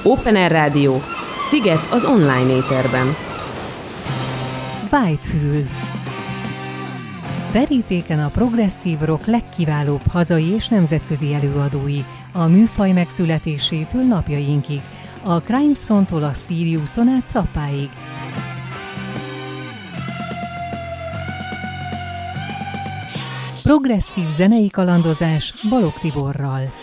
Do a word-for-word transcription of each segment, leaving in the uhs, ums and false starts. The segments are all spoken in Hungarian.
Open Air Rádió, Sziget az online éterben. Whitefül. Verítéken a progresszív rock legkiválóbb hazai és nemzetközi előadói, a műfaj megszületésétől napjainkig, a Crimeson-tól a Siriuson át Zappáig. Progresszív zenei kalandozás Balogh Tiborral.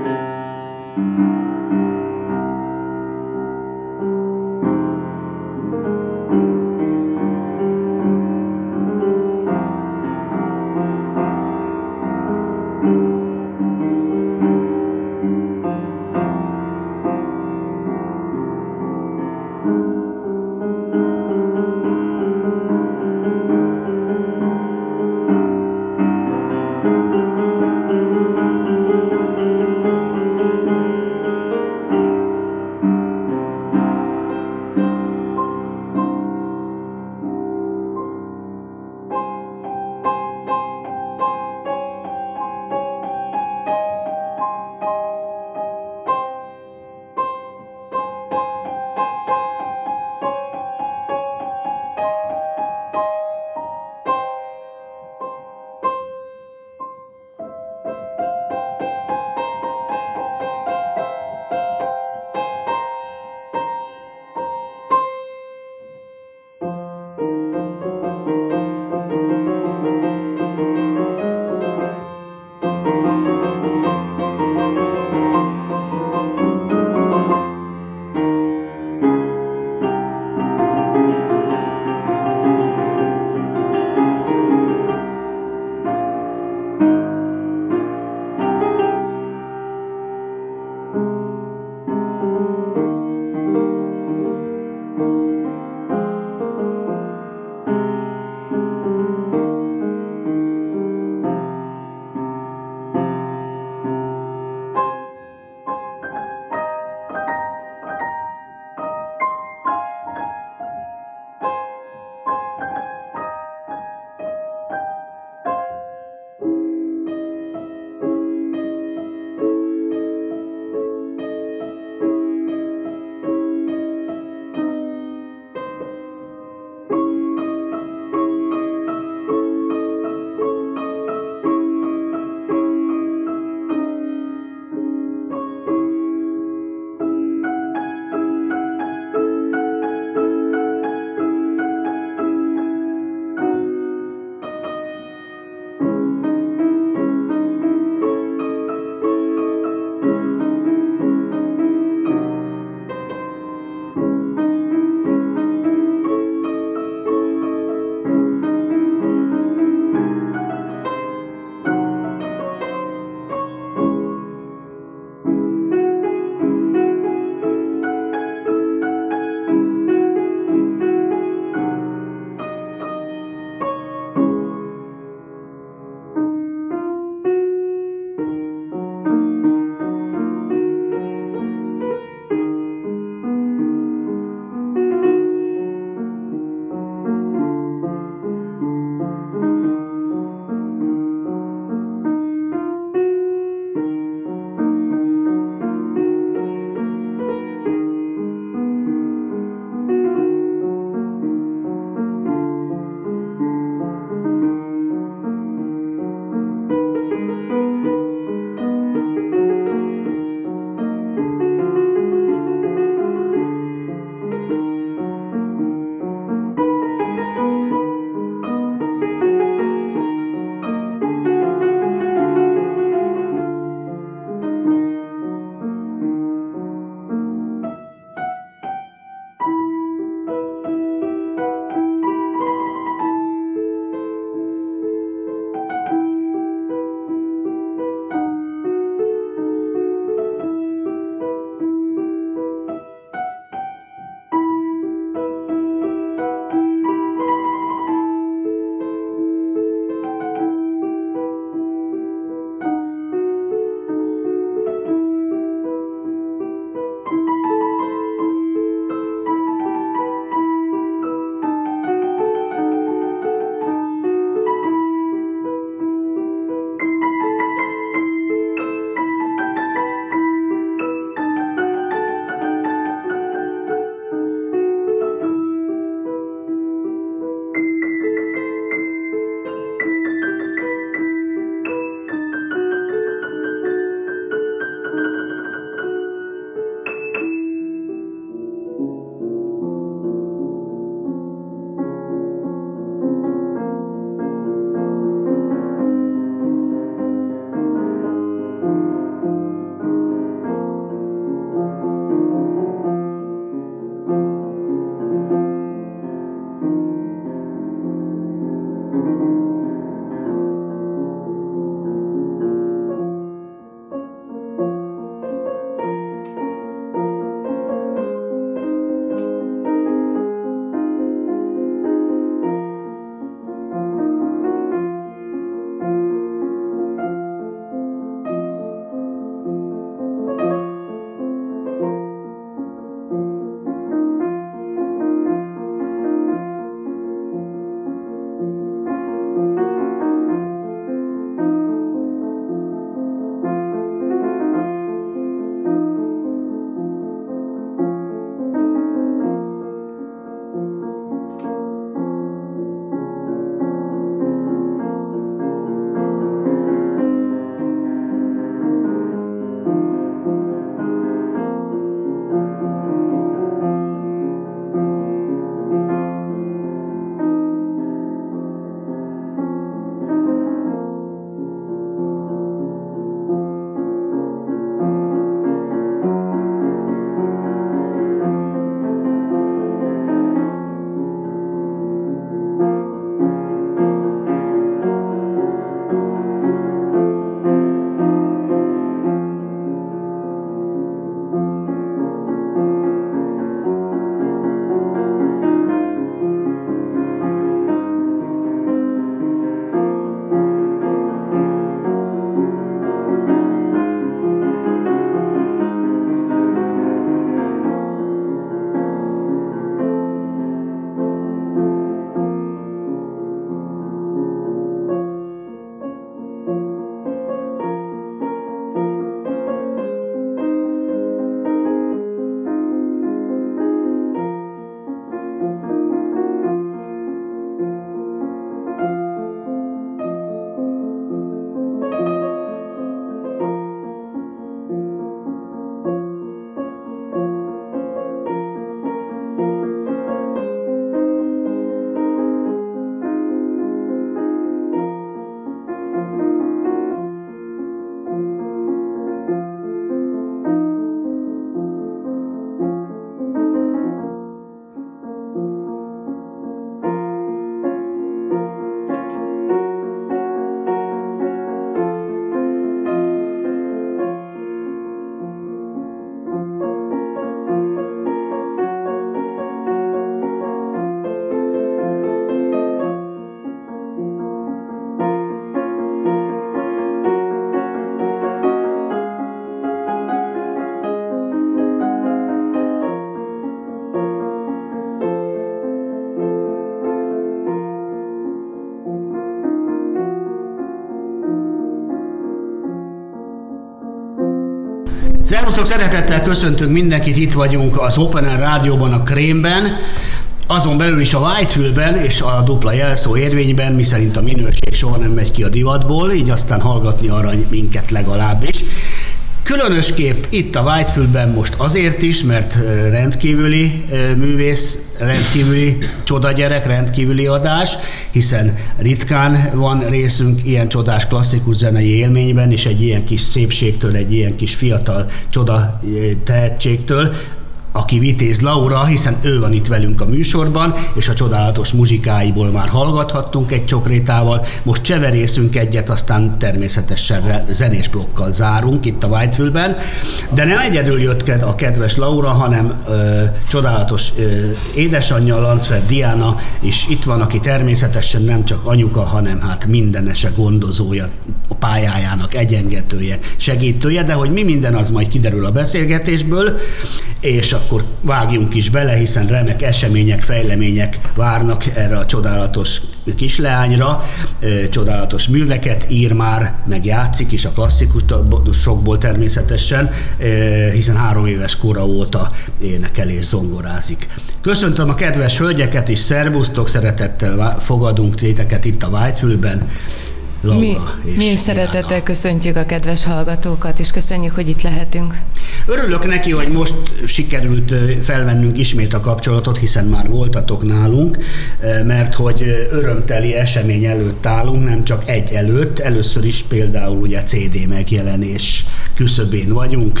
Szervusztok, szeretettel köszöntünk mindenkit, itt vagyunk az Open Air Rádióban, a Krémben, azon belül is a Whitefield-ben és a dupla jelszó érvényben, miszerint a minőség soha nem megy ki a divatból, így aztán hallgatni arany minket legalábbis. Különösképp itt a Whitefield-ben most azért is, mert rendkívüli művész, rendkívüli csodagyerek, rendkívüli adás, hiszen ritkán van részünk ilyen csodás klasszikus zenei élményben, és egy ilyen kis szépségtől, egy ilyen kis fiatal csoda tehetségtől, aki Vitéz Laura, hiszen ő van itt velünk a műsorban, és a csodálatos muzsikáiból már hallgathattunk egy csokrétával. Most cseverészünk egyet, aztán természetesen zenés blokkal zárunk itt a Whitefield-ben. De nem egyedül jött a kedves Laura, hanem ö, csodálatos ö, édesanyja, Lancfer Diana is itt van, aki természetesen nem csak anyuka, hanem hát mindenese gondozója, a pályájának egyengetője, segítője, de hogy mi minden, az majd kiderül a beszélgetésből, és akkor vágjunk is bele, hiszen remek események, fejlemények várnak erre a csodálatos kisleányra, csodálatos műveket ír már, meg játszik is a klasszikusokból természetesen, hiszen három éves kora óta énekel és zongorázik. Köszöntöm a kedves hölgyeket is, szervusztok, szeretettel fogadunk téteket itt a Whitefield-ben. Laura mi, mi is szeretettel köszöntjük a kedves hallgatókat, és köszönjük, hogy itt lehetünk. Örülök neki, hogy most sikerült felvennünk ismét a kapcsolatot, hiszen már voltatok nálunk, mert hogy örömteli esemény előtt állunk, nem csak egy előtt, először is például ugye cé dé megjelenés küszöbén vagyunk.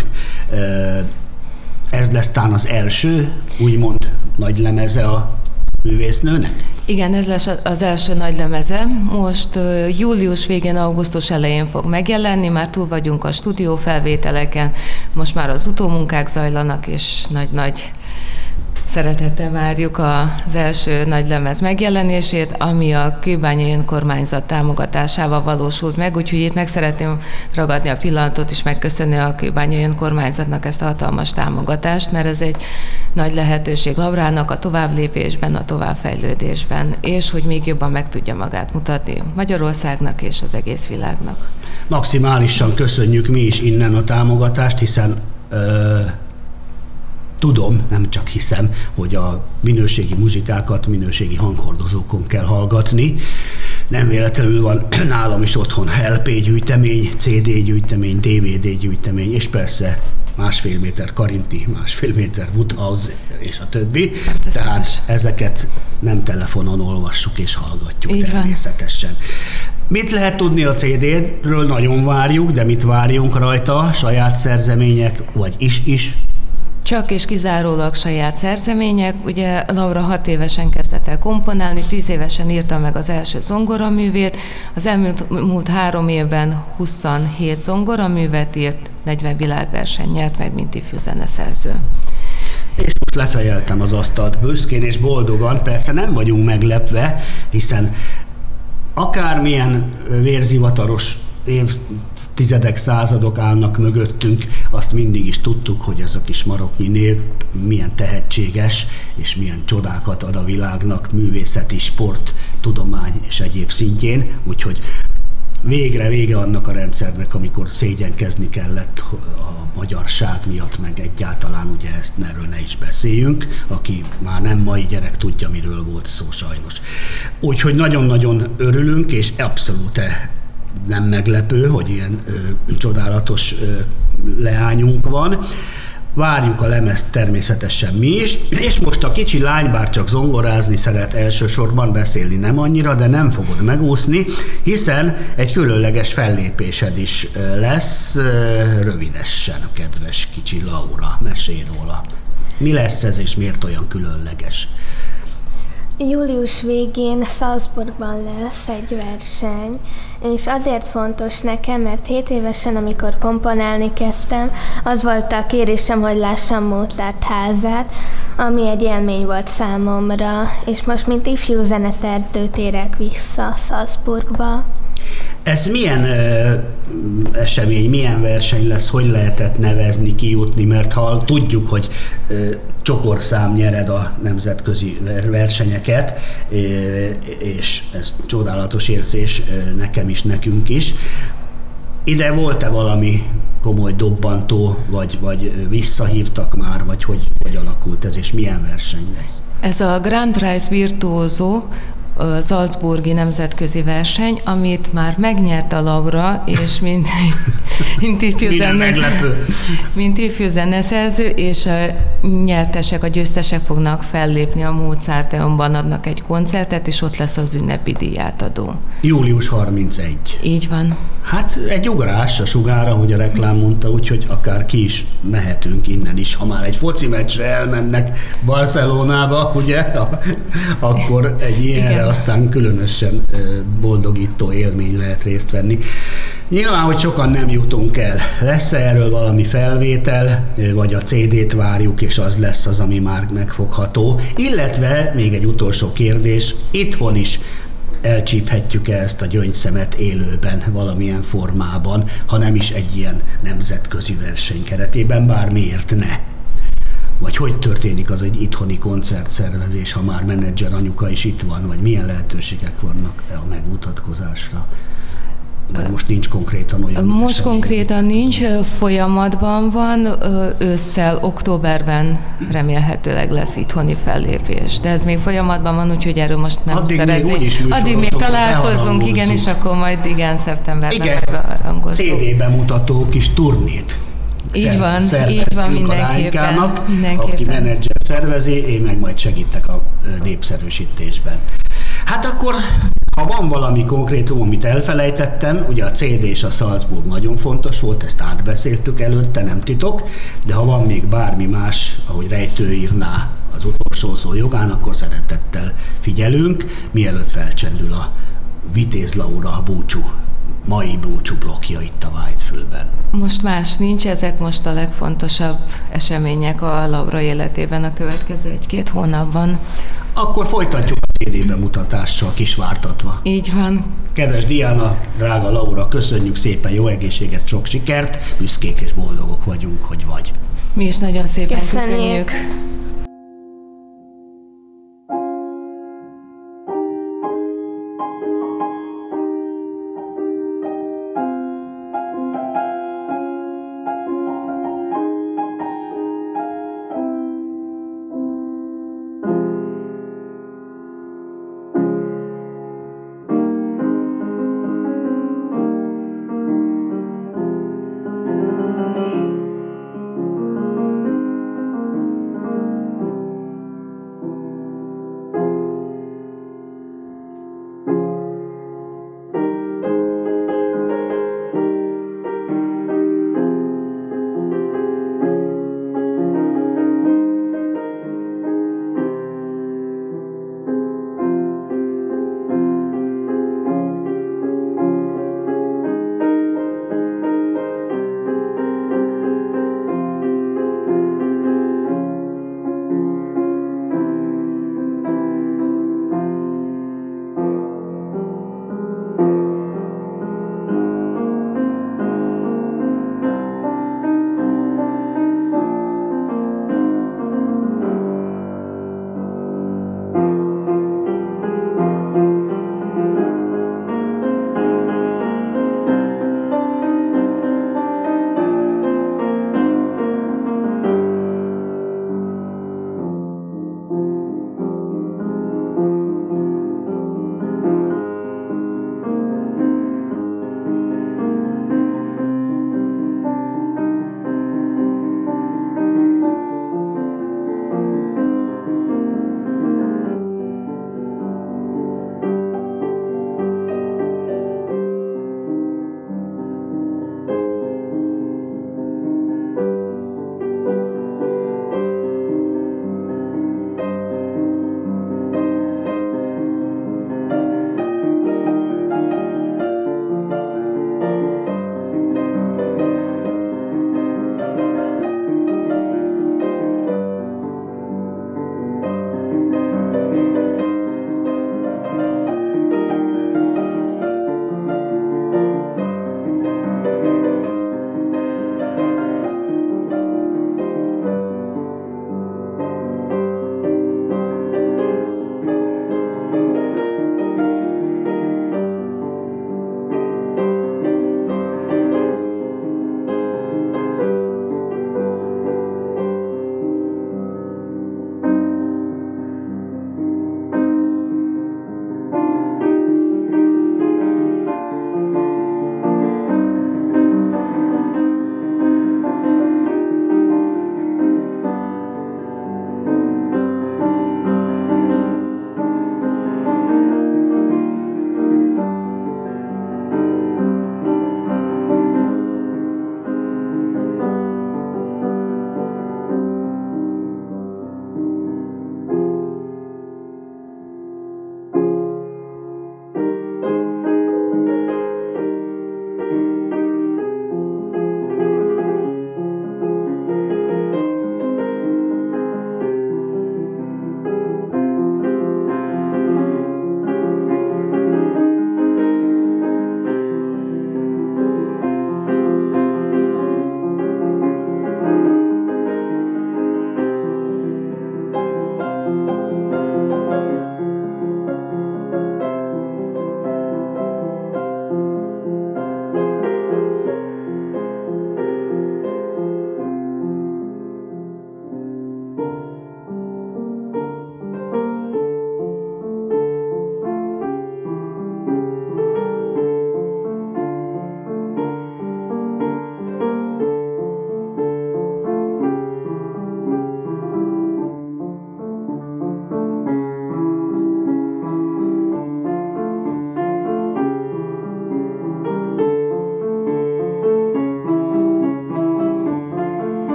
Ez lesz tán az első, úgymond nagy lemeze a művésznőnek? Igen, ez lesz az első nagy lemeze. Most uh, július végén, augusztus elején fog megjelenni, már túl vagyunk a stúdió felvételeken, most már az utómunkák zajlanak, és nagy-nagy szeretettel várjuk az első nagy lemez megjelenését, ami a Kőbányai Önkormányzat támogatásával valósult meg, úgyhogy itt meg szeretném ragadni a pillanatot és megköszönni a Kőbányai Önkormányzatnak ezt a hatalmas támogatást, mert ez egy nagy lehetőség Laurának a továbblépésben, a továbbfejlődésben, és hogy még jobban meg tudja magát mutatni Magyarországnak és az egész világnak. Maximálisan köszönjük mi is innen a támogatást, hiszen ö- tudom, nem csak hiszem, hogy a minőségi muzsikákat minőségi hanghordozókon kell hallgatni. Nem véletlenül van nálam is otthon el pé gyűjtemény, cé dé gyűjtemény, dé vé dé gyűjtemény, és persze másfél méter Karinti, másfél méter Woodhouse, és a többi. Tehát ezeket nem telefonon olvassuk és hallgatjuk. Így természetesen. Van. Mit lehet tudni a cé dé-ről? Nagyon várjuk, de mit várjunk rajta? Saját szerzemények, vagy is-is? Csak és kizárólag saját szerzemények. Ugye Laura hat évesen kezdett el komponálni, tíz évesen írta meg az első zongoraművét. Az elmúlt múlt három évben huszonhét zongoraművet írt, negyven világverseny nyert meg, mint ifjú zeneszerző. És most lefejeltem az asztalt büszkén és boldogan, persze nem vagyunk meglepve, hiszen akármilyen vérzivataros évtizedek, századok állnak mögöttünk, azt mindig is tudtuk, hogy ez a kis maroknyi nép milyen tehetséges, és milyen csodákat ad a világnak művészeti, sport, tudomány és egyéb szintjén, úgyhogy végre vége annak a rendszernek, amikor szégyenkezni kellett a magyarság miatt, meg egyáltalán ugye ezt erről ne is beszéljünk, aki már nem mai gyerek tudja, miről volt szó sajnos. Úgyhogy nagyon-nagyon örülünk, és abszolút nem meglepő, hogy ilyen ö, csodálatos ö, leányunk van. Várjuk a lemezt természetesen mi is, és most a kicsi lány bár csak zongorázni szeret, elsősorban beszélni nem annyira, de nem fogod megúszni, hiszen egy különleges fellépésed is lesz rövidesen, a kedves kicsi Laura. Mesélj róla. Mi lesz ez, és miért olyan különleges? Július végén Salzburgban lesz egy verseny, és azért fontos nekem, mert hét évesen, amikor komponálni kezdtem, az volt a kérésem, hogy lássam Mozart házát, ami egy élmény volt számomra, és most mint ifjú zeneszerző térek vissza Salzburgba. Ez milyen ö, esemény, milyen verseny lesz, hogy lehetett nevezni, kijutni, mert ha tudjuk, hogy ö, csokorszám nyered a nemzetközi versenyeket, ö, és ez csodálatos érzés ö, nekem is, nekünk is. Ide volt-e valami komoly dobbantó, vagy, vagy visszahívtak már, vagy hogy, hogy alakult ez, és milyen verseny lesz? Ez a Grand Prize Virtuoso, a Salzburgi nemzetközi verseny, amit már megnyert a Laura, és mint, mint ifjú zeneszerző, mint ifjú zeneszerző, és a nyertesek, a győztesek fognak fellépni a Mozarteumban, adnak egy koncertet, és ott lesz az ünnepi díjátadó. július harmincegy. Így van. Hát egy ugrás a sugára, hogy a reklám mondta, úgyhogy akár ki is mehetünk innen is. Ha már egy foci meccsre elmennek Barcelonába, ugye, akkor egy ilyenre Igen. aztán különösen boldogító élmény lehet részt venni. Nyilván, hogy sokan nem jutunk el. Lesz erről valami felvétel, vagy a cé dét várjuk, és az lesz az, ami már megfogható. Illetve még egy utolsó kérdés, itthon is elcsíphetjük-e ezt a gyöngyszemet élőben valamilyen formában, ha nem is egy ilyen nemzetközi verseny keretében, bár miért ne? Vagy hogy történik az egy itthoni koncertszervezés, ha már menedzser anyuka is itt van, vagy milyen lehetőségek vannak a megmutatkozásra? Vagy most nincs konkrétan olyan? Most esemény? konkrétan nincs, folyamatban van, ősszel, októberben remélhetőleg lesz itthoni fellépés. De ez még folyamatban van, úgyhogy erről most nem Addig szeretnék. Még Addig még találkozunk, igen, és akkor majd igen, szeptemberben beharangozunk. cé dé bemutatók is turnét. Így van, így van, mindenképpen, mindenképpen. Aki menedzser szervezi, én meg majd segítek a népszerűsítésben. Hát akkor, ha van valami konkrétum, amit elfelejtettem, ugye a cé dé és a Salzburg nagyon fontos volt, ezt átbeszéltük előtte, nem titok, de ha van még bármi más, ahogy Rejtő írná az utolsó szó jogán, akkor szeretettel figyelünk, mielőtt felcsendül a Vitéz Laura búcsú, mai búcsú blokkja itt a Whitefülben. Most más nincs, ezek most a legfontosabb események a Laura életében a következő egy-két hónapban. Akkor folytatjuk a cé dé bemutatással kisvártatva. Így van. Kedves Diana, drága Laura, köszönjük szépen, jó egészséget, sok sikert, büszkék és boldogok vagyunk, hogy vagy. Mi is nagyon szépen köszönjük. köszönjük.